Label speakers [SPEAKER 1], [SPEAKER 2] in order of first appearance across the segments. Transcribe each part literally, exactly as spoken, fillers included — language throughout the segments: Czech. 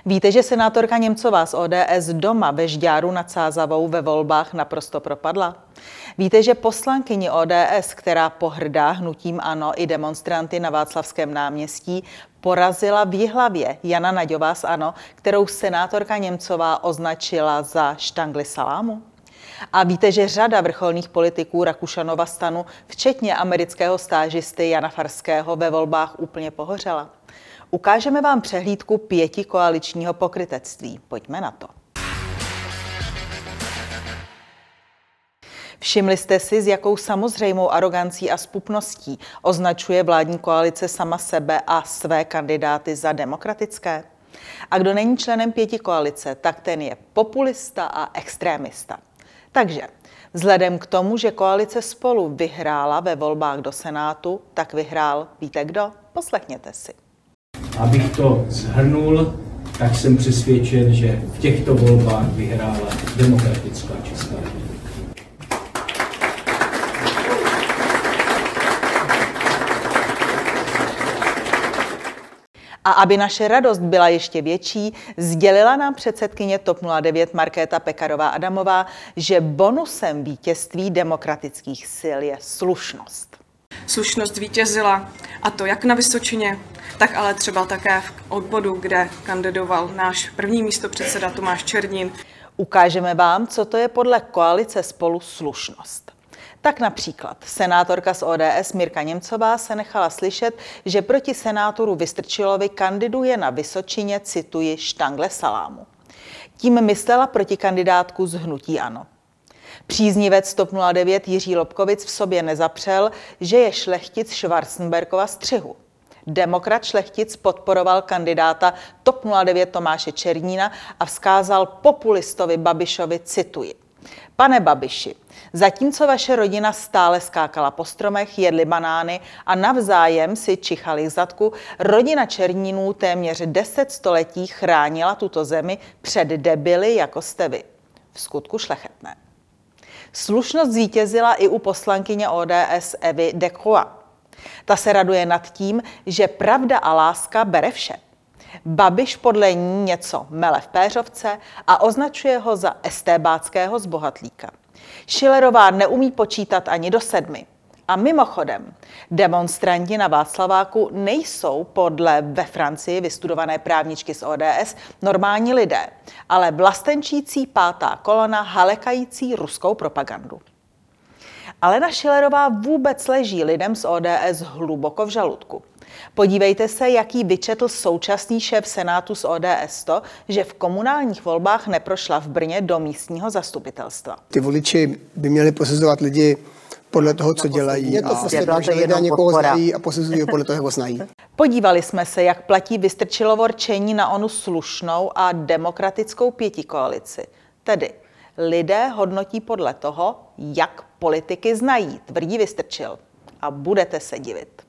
[SPEAKER 1] Víte, že senátorka Němcová z O D S doma ve Žďáru nad Sázavou ve volbách naprosto propadla? Víte, že poslankyni O D S, která pohrdá hnutím ANO i demonstranty na Václavském náměstí, porazila v Jihlavě Jana Naďová z ANO, kterou senátorka Němcová označila za štangli salámu? A víte, že řada vrcholných politiků Rakušanova stanu, včetně amerického stážisty Jana Farského, ve volbách úplně pohořela? Ukážeme vám přehlídku pěti koaličního pokrytectví. Pojďme na to. Všimli jste si, s jakou samozřejmou arogancí a zpupností označuje vládní koalice sama sebe a své kandidáty za demokratické? A kdo není členem pěti koalice, tak ten je populista a extrémista. Takže vzhledem k tomu, že koalice Spolu vyhrála ve volbách do Senátu, tak vyhrál, víte kdo? Poslechněte si.
[SPEAKER 2] Abych to shrnul, tak jsem přesvědčen, že v těchto volbách vyhrála demokratická Česká republika.
[SPEAKER 1] A aby naše radost byla ještě větší, sdělila nám předsedkyně TOP nula devět Markéta Pekarová Adamová, že bonusem vítězství demokratických sil je slušnost.
[SPEAKER 3] Slušnost vítězila, a to jak na Vysočině, tak ale třeba také v obvodu, kde kandidoval náš první místopředseda Tomáš Czernin.
[SPEAKER 1] Ukážeme vám, co to je podle koalice Spolu slušnost. Tak například senátorka z O D S Mirka Němcová se nechala slyšet, že proti senátoru Vystrčilovi kandiduje na Vysočině, cituji, štangle salámu. Tím myslela protikandidátku z hnutí ANO. Příznivec TOP nula devět Jiří Lobkovic v sobě nezapřel, že je šlechtic Schwarzenbergova střihu. Demokrat šlechtic podporoval kandidáta TOP nula devět Tomáše Czernína a vzkázal populistovi Babišovi, cituji: Pane Babiši, zatímco vaše rodina stále skákala po stromech, jedli banány a navzájem si čichali k zadku, rodina Czernínů téměř deset století chránila tuto zemi před debily, jako jste vy. V skutku šlechetné. Slušnost zvítězila i u poslankyně O D S Evy Decroix. Ta se raduje nad tím, že pravda a láska bere vše. Babiš podle ní něco mele v péřovce a označuje ho za estébáckého zbohatlíka. Schillerová neumí počítat ani do sedmi. A mimochodem, demonstranti na Václaváku nejsou podle ve Francii vystudované právničky z O D S normální lidé, ale vlastenčící pátá kolona halekající ruskou propagandu. Alena Schillerová vůbec leží lidem z O D S hluboko v žaludku. Podívejte se, jaký vyčetl současný šéf Senátu z O D S to, že v komunálních volbách neprošla v Brně do místního zastupitelstva.
[SPEAKER 4] Ty voliči by měli posuzovat lidi podle toho, co dělají. Je to prostě tak, že lidé někoho znají a posuzují ho podle toho, jak ho znají.
[SPEAKER 1] Podívali jsme se, jak platí Vystrčilovo rčení na onu slušnou a demokratickou pětikoalici. Tedy lidé hodnotí podle toho, jak politiky znají, tvrdí Vystrčil. A budete se divit.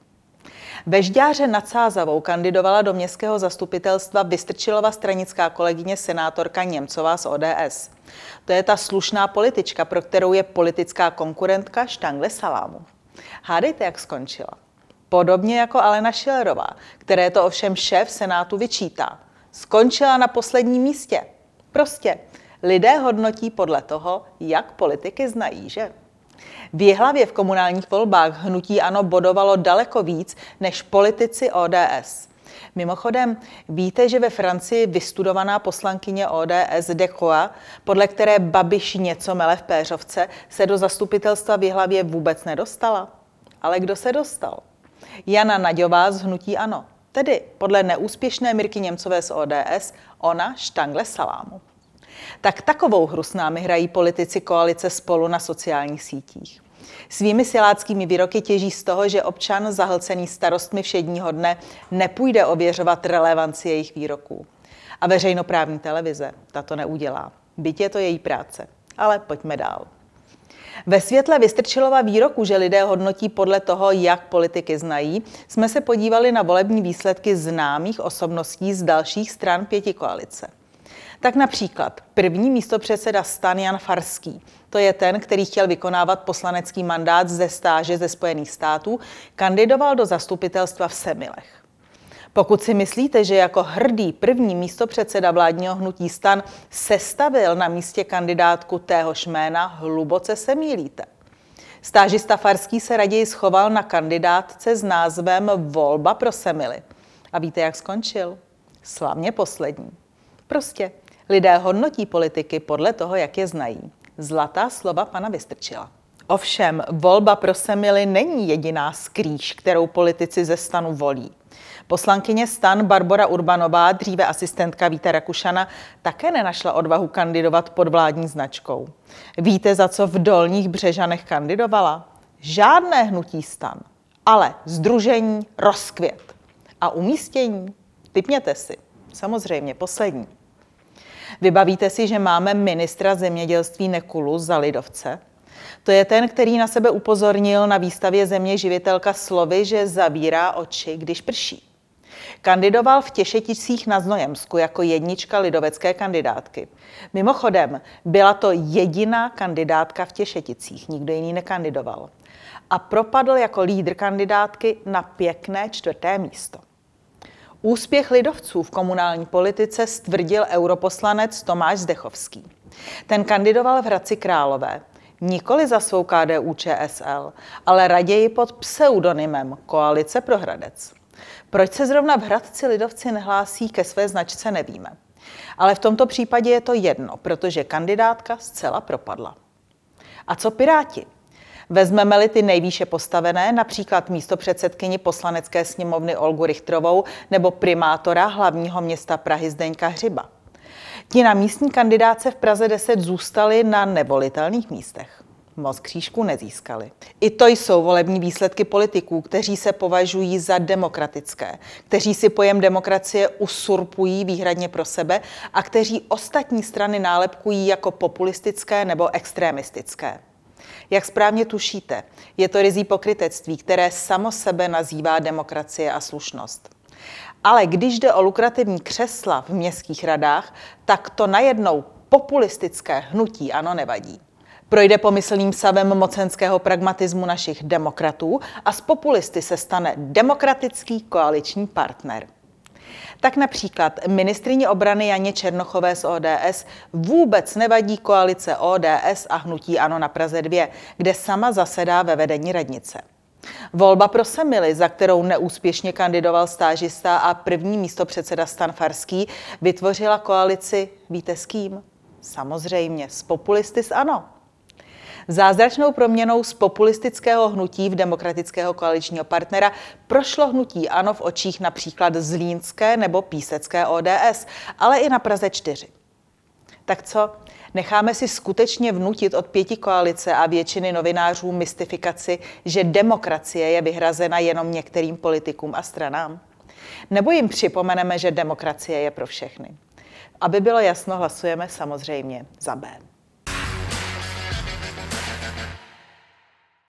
[SPEAKER 1] Ve Žďáře nad Sázavou kandidovala do městského zastupitelstva Vystrčilova stranická kolegyně senátorka Němcová z O D S. To je ta slušná politička, pro kterou je politická konkurentka štangle salámu. Hádejte, jak skončila. Podobně jako Alena Schillerová, které to ovšem šéf Senátu vyčítá. Skončila na posledním místě. Prostě lidé hodnotí podle toho, jak politiky znají, že? V Jihlavě v komunálních volbách hnutí ANO bodovalo daleko víc než politici O D S. Mimochodem, víte, že ve Francii vystudovaná poslankyně O D S Decroix, podle které Babiš něco mele v péřovce, se do zastupitelstva v Jihlavě vůbec nedostala? Ale kdo se dostal? Jana Naďová z hnutí ANO. Tedy podle neúspěšné Mirky Němcové z O D S, ona štangle salámu. Tak takovou hru s námi hrají politici koalice Spolu na sociálních sítích. Svými siláckými výroky těží z toho, že občan zahlcený starostmi všedního dne nepůjde ověřovat relevanci jejich výroků. A veřejnoprávní televize tato neudělá. Byť je to její práce. Ale pojďme dál. Ve světle Vystrčilova výroku, že lidé hodnotí podle toho, jak politiky znají, jsme se podívali na volební výsledky známých osobností z dalších stran pětikoalice. Tak například první místopředseda STAN Jan Farský, to je ten, který chtěl vykonávat poslanecký mandát ze stáže ze Spojených států, kandidoval do zastupitelstva v Semilech. Pokud si myslíte, že jako hrdý první místopředseda vládního hnutí STAN sestavil na místě kandidátku téhož jména, hluboce se mýlíte. Stážista Farský se raději schoval na kandidátce s názvem Volba pro Semily. A víte, jak skončil? Slavně poslední. Prostě lidé hodnotí politiky podle toho, jak je znají. Zlatá slova pana Vystrčila. Ovšem, volba pro Semily není jediná skrýš, kterou politici ze STANu volí. Poslankyně STAN Barbora Urbanová, dříve asistentka Víta Rakušana, také nenašla odvahu kandidovat pod vládní značkou. Víte, za co v Dolních Břežanech kandidovala? Žádné hnutí STAN, ale sdružení Rozkvět. A umístění? Tipněte si. Samozřejmě poslední. Vybavíte si, že máme ministra zemědělství Nekulu za lidovce? To je ten, který na sebe upozornil na výstavě Země živitelka slovy, že zavírá oči, když prší. Kandidoval v Těšeticích na Znojemsku jako jednička lidovecké kandidátky. Mimochodem, byla to jediná kandidátka v Těšeticích, nikdo jiný nekandidoval. A propadl jako lídr kandidátky na pěkné čtvrté místo. Úspěch lidovců v komunální politice stvrdil europoslanec Tomáš Zdechovský. Ten kandidoval v Hradci Králové. Nikoli za svou K D U Č S L, ale raději pod pseudonymem Koalice pro Hradec. Proč se zrovna v Hradci lidovci nehlásí ke své značce, nevíme. Ale v tomto případě je to jedno, protože kandidátka zcela propadla. A co Piráti? Vezmeme-li ty nejvýše postavené, například místopředsedkyni Poslanecké sněmovny Olgu Richtrovou nebo primátora hlavního města Prahy Zdeňka Hřiba. Ti na místní kandidáce v Praze deset zůstali na nevolitelných místech. Moc křížků nezískali. I to jsou volební výsledky politiků, kteří se považují za demokratické, kteří si pojem demokracie usurpují výhradně pro sebe a kteří ostatní strany nálepkují jako populistické nebo extremistické. Jak správně tušíte, je to rizí pokrytectví, které samo sebe nazývá demokracie a slušnost. Ale když jde o lukrativní křesla v městských radách, tak to najednou populistické hnutí ANO nevadí. Projde pomyslným savem mocenského pragmatismu našich demokratů a z populisty se stane demokratický koaliční partner. Tak například ministryni obrany Janě Černochové z O D S vůbec nevadí koalice O D S a hnutí ANO na Praze dva, kde sama zasedá ve vedení radnice. Volba pro Semily, za kterou neúspěšně kandidoval stážista a první místopředseda STAN Farský, vytvořila koalici, víte s kým? Samozřejmě s populisty z ANO. Zázračnou proměnou z populistického hnutí v demokratického koaličního partnera prošlo hnutí ANO v očích například zlínské nebo písecké O D S, ale i na Praze čtyři. Tak co? Necháme si skutečně vnutit od pěti koalice a většiny novinářů mystifikaci, že demokracie je vyhrazena jenom některým politikům a stranám? Nebo jim připomeneme, že demokracie je pro všechny? Aby bylo jasno, hlasujeme samozřejmě za B.